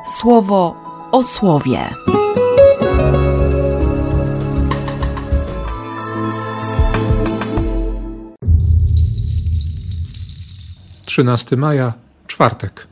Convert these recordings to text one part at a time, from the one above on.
Słowo o słowie. Trzynasty maja, czwartek.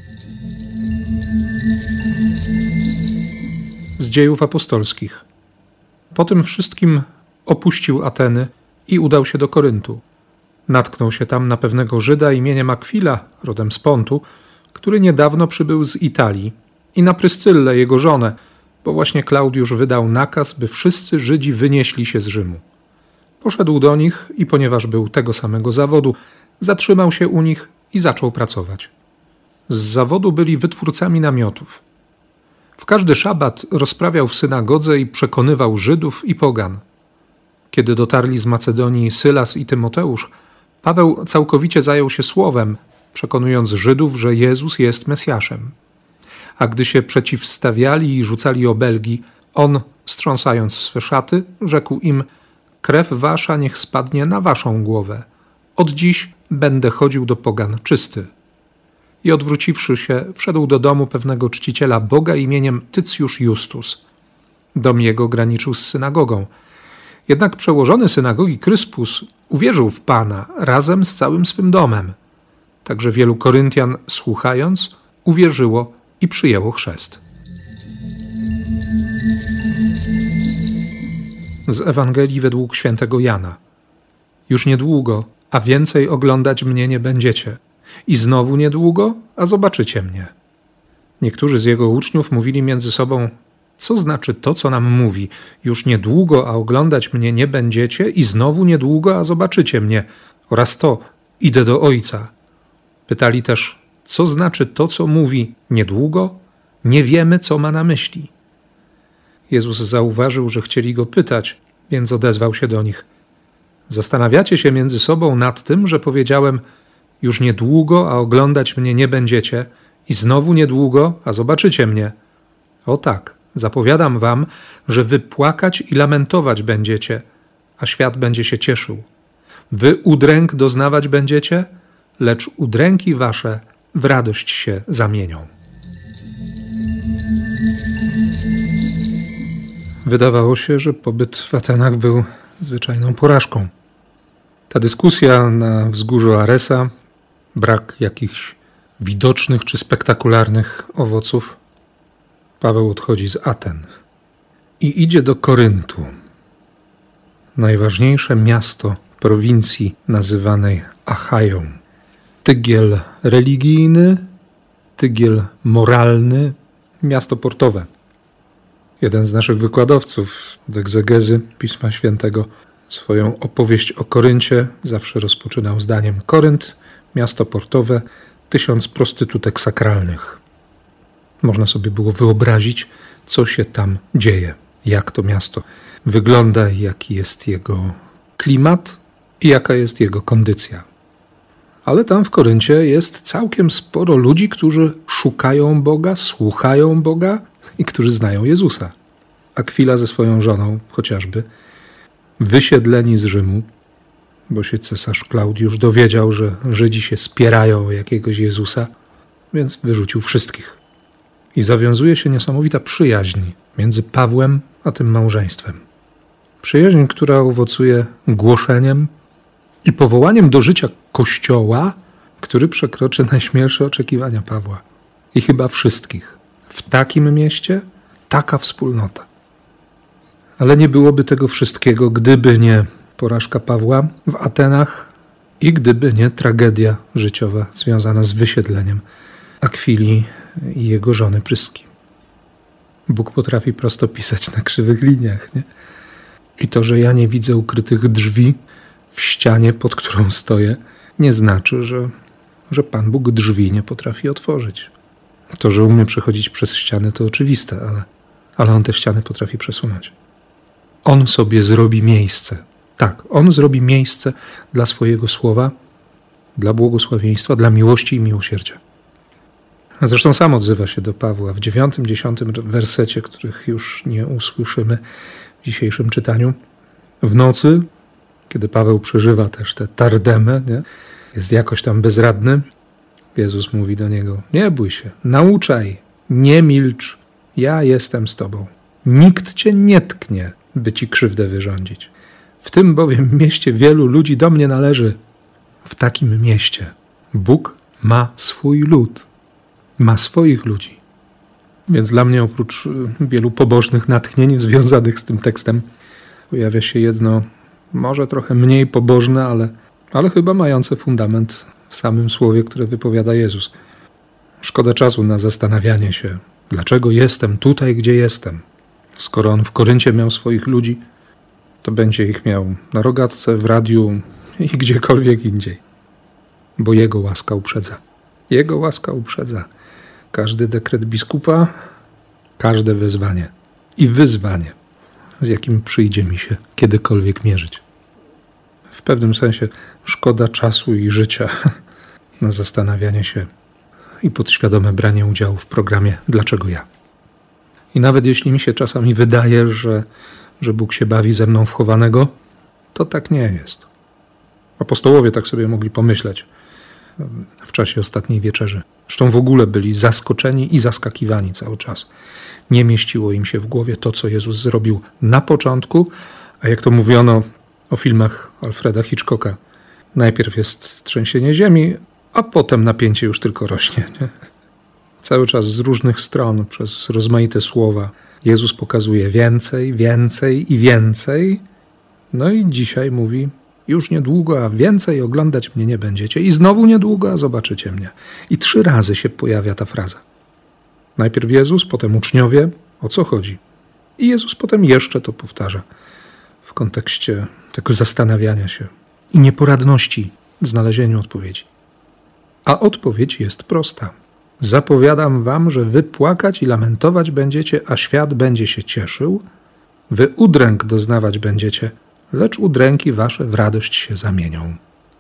Z Dziejów Apostolskich. Po tym wszystkim opuścił Ateny i udał się do Koryntu. Natknął się tam na pewnego Żyda imieniem Akwila, rodem z Pontu, który niedawno przybył z Italii, i na Pryscyllę, jego żonę, bo właśnie Klaudiusz wydał nakaz, by wszyscy Żydzi wynieśli się z Rzymu. Poszedł do nich i ponieważ był tego samego zawodu, zatrzymał się u nich i zaczął pracować. Z zawodu byli wytwórcami namiotów. W każdy szabat rozprawiał w synagodze i przekonywał Żydów i pogan. Kiedy dotarli z Macedonii Sylas i Tymoteusz, Paweł całkowicie zajął się słowem, przekonując Żydów, że Jezus jest Mesjaszem. A gdy się przeciwstawiali i rzucali obelgi, on, strząsając swe szaty, rzekł im: krew wasza niech spadnie na waszą głowę. Od dziś będę chodził do pogan czysty. I odwróciwszy się, wszedł do domu pewnego czciciela Boga imieniem Tycjusz Justus. Dom jego graniczył z synagogą. Jednak przełożony synagogi Kryspus uwierzył w Pana razem z całym swym domem. Także wielu Koryntian, słuchając, uwierzyło i przyjęło chrzest. Z Ewangelii według świętego Jana. Już niedługo, a więcej oglądać mnie nie będziecie. I znowu niedługo, a zobaczycie mnie. Niektórzy z jego uczniów mówili między sobą: co znaczy to, co nam mówi? Już niedługo, a oglądać mnie nie będziecie, i znowu niedługo, a zobaczycie mnie. Oraz to: idę do Ojca. Pytali też: co znaczy to, co mówi niedługo? Nie wiemy, co ma na myśli. Jezus zauważył, że chcieli go pytać, więc odezwał się do nich: zastanawiacie się między sobą nad tym, że powiedziałem: już niedługo, a oglądać mnie nie będziecie, i znowu niedługo, a zobaczycie mnie. O tak, zapowiadam wam, że wy płakać i lamentować będziecie, a świat będzie się cieszył. Wy udręk doznawać będziecie, lecz udręki wasze w radość się zamienią. Wydawało się, że pobyt w Atenach był zwyczajną porażką. Ta dyskusja na wzgórzu Aresa, brak jakichś widocznych czy spektakularnych owoców. Paweł odchodzi z Aten i idzie do Koryntu, najważniejsze miasto prowincji nazywanej Achają. Tygiel religijny, tygiel moralny, miasto portowe. Jeden z naszych wykładowców od egzegezy Pisma Świętego swoją opowieść o Koryncie zawsze rozpoczynał zdaniem: Korynt, miasto portowe, 1000 prostytutek sakralnych. Można sobie było wyobrazić, co się tam dzieje, jak to miasto wygląda, jaki jest jego klimat i jaka jest jego kondycja. Ale tam w Koryncie jest całkiem sporo ludzi, którzy szukają Boga, słuchają Boga i którzy znają Jezusa. Akwila ze swoją żoną chociażby, wysiedleni z Rzymu, bo się cesarz Klaudiusz dowiedział, że Żydzi się spierają o jakiegoś Jezusa, więc wyrzucił wszystkich. I zawiązuje się niesamowita przyjaźń między Pawłem a tym małżeństwem. Przyjaźń, która owocuje głoszeniem i powołaniem do życia Kościoła, który przekroczy najśmielsze oczekiwania Pawła. I chyba wszystkich. W takim mieście taka wspólnota. Ale nie byłoby tego wszystkiego, gdyby nie porażka Pawła w Atenach i gdyby nie tragedia życiowa związana z wysiedleniem Akwili i jego żony Pryski. Bóg potrafi prosto pisać na krzywych liniach, nie? I to, że ja nie widzę ukrytych drzwi w ścianie, pod którą stoję, nie znaczy, że Pan Bóg drzwi nie potrafi otworzyć. To, że umie przechodzić przez ściany, to oczywiste, ale On te ściany potrafi przesunąć. On sobie zrobi miejsce. Tak, On zrobi miejsce dla swojego słowa, dla błogosławieństwa, dla miłości i miłosierdzia. A zresztą sam odzywa się do Pawła w 9, 10 wersecie, których już nie usłyszymy w dzisiejszym czytaniu. W nocy, kiedy Paweł przeżywa też tę tardemę, nie? Jest jakoś tam bezradny, Jezus mówi do niego: nie bój się, nauczaj, Nie milcz, ja jestem z tobą. Nikt cię nie tknie, by ci krzywdę wyrządzić. W tym bowiem mieście wielu ludzi do mnie należy. W takim mieście Bóg ma swój lud, ma swoich ludzi. Więc dla mnie oprócz wielu pobożnych natchnień związanych z tym tekstem pojawia się jedno, może trochę mniej pobożne, ale chyba mające fundament w samym słowie, które wypowiada Jezus. Szkoda czasu na zastanawianie się, dlaczego jestem tutaj, gdzie jestem. Skoro On w Koryncie miał swoich ludzi, to będzie ich miał na rogatce, w radiu i gdziekolwiek indziej. Bo Jego łaska uprzedza. Jego łaska uprzedza. Każdy dekret biskupa, każde wezwanie i wyzwanie, z jakim przyjdzie mi się kiedykolwiek mierzyć. W pewnym sensie szkoda czasu i życia na zastanawianie się i podświadome branie udziału w programie Dlaczego ja? I nawet jeśli mi się czasami wydaje, że Bóg się bawi ze mną w chowanego, to tak nie jest. Apostołowie tak sobie mogli pomyśleć w czasie ostatniej wieczerzy. Zresztą w ogóle byli zaskoczeni i zaskakiwani cały czas. Nie mieściło im się w głowie to, co Jezus zrobił na początku, a jak to mówiono o filmach Alfreda Hitchcocka, najpierw jest trzęsienie ziemi, a potem napięcie już tylko rośnie. Nie? Cały czas z różnych stron, przez rozmaite słowa, Jezus pokazuje więcej, więcej i więcej. No i dzisiaj mówi, już niedługo, a więcej oglądać mnie nie będziecie. I znowu niedługo, a zobaczycie mnie. I 3 razy się pojawia ta fraza. Najpierw Jezus, potem uczniowie. O co chodzi? I Jezus potem jeszcze to powtarza w kontekście tego zastanawiania się i nieporadności w znalezieniu odpowiedzi. A odpowiedź jest prosta. Zapowiadam wam, że wy płakać i lamentować będziecie, a świat będzie się cieszył. Wy udręk doznawać będziecie, lecz udręki wasze w radość się zamienią.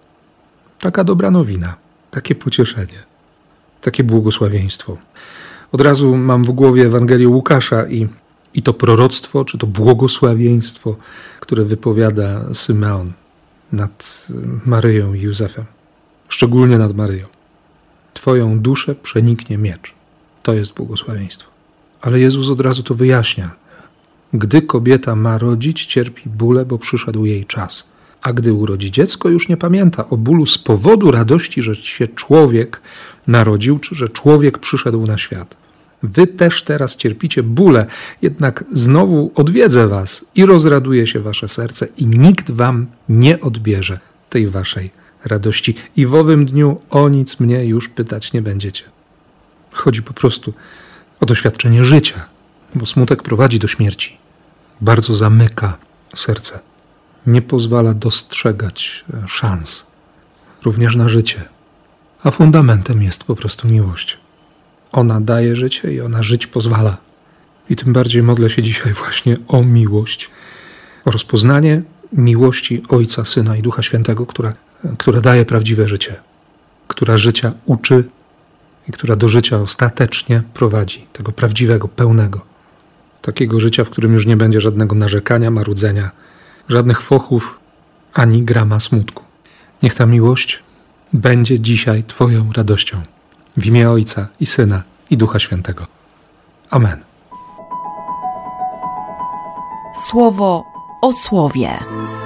Taka dobra nowina, takie pocieszenie, takie błogosławieństwo. Od razu mam w głowie Ewangelię Łukasza i to proroctwo, czy to błogosławieństwo, które wypowiada Symeon nad Maryją i Józefem. Szczególnie nad Maryją. Twoją duszę przeniknie miecz. To jest błogosławieństwo. Ale Jezus od razu to wyjaśnia. Gdy kobieta ma rodzić, cierpi bóle, bo przyszedł jej czas. A gdy urodzi dziecko, już nie pamięta o bólu z powodu radości, że się człowiek narodził, czy że człowiek przyszedł na świat. Wy też teraz cierpicie bóle, jednak znowu odwiedzę was i rozraduje się wasze serce i nikt wam nie odbierze tej waszej radości. I w owym dniu o nic mnie już pytać nie będziecie. Chodzi po prostu o doświadczenie życia, bo smutek prowadzi do śmierci. Bardzo zamyka serce. Nie pozwala dostrzegać szans, również na życie. A fundamentem jest po prostu miłość. Ona daje życie i ona żyć pozwala. I tym bardziej modlę się dzisiaj właśnie o miłość, o rozpoznanie miłości Ojca, Syna i Ducha Świętego, która daje prawdziwe życie, która życia uczy i która do życia ostatecznie prowadzi, tego prawdziwego, pełnego. Takiego życia, w którym już nie będzie żadnego narzekania, marudzenia, żadnych fochów, ani grama smutku. Niech ta miłość będzie dzisiaj Twoją radością. W imię Ojca i Syna i Ducha Świętego. Amen. Słowo o słowie.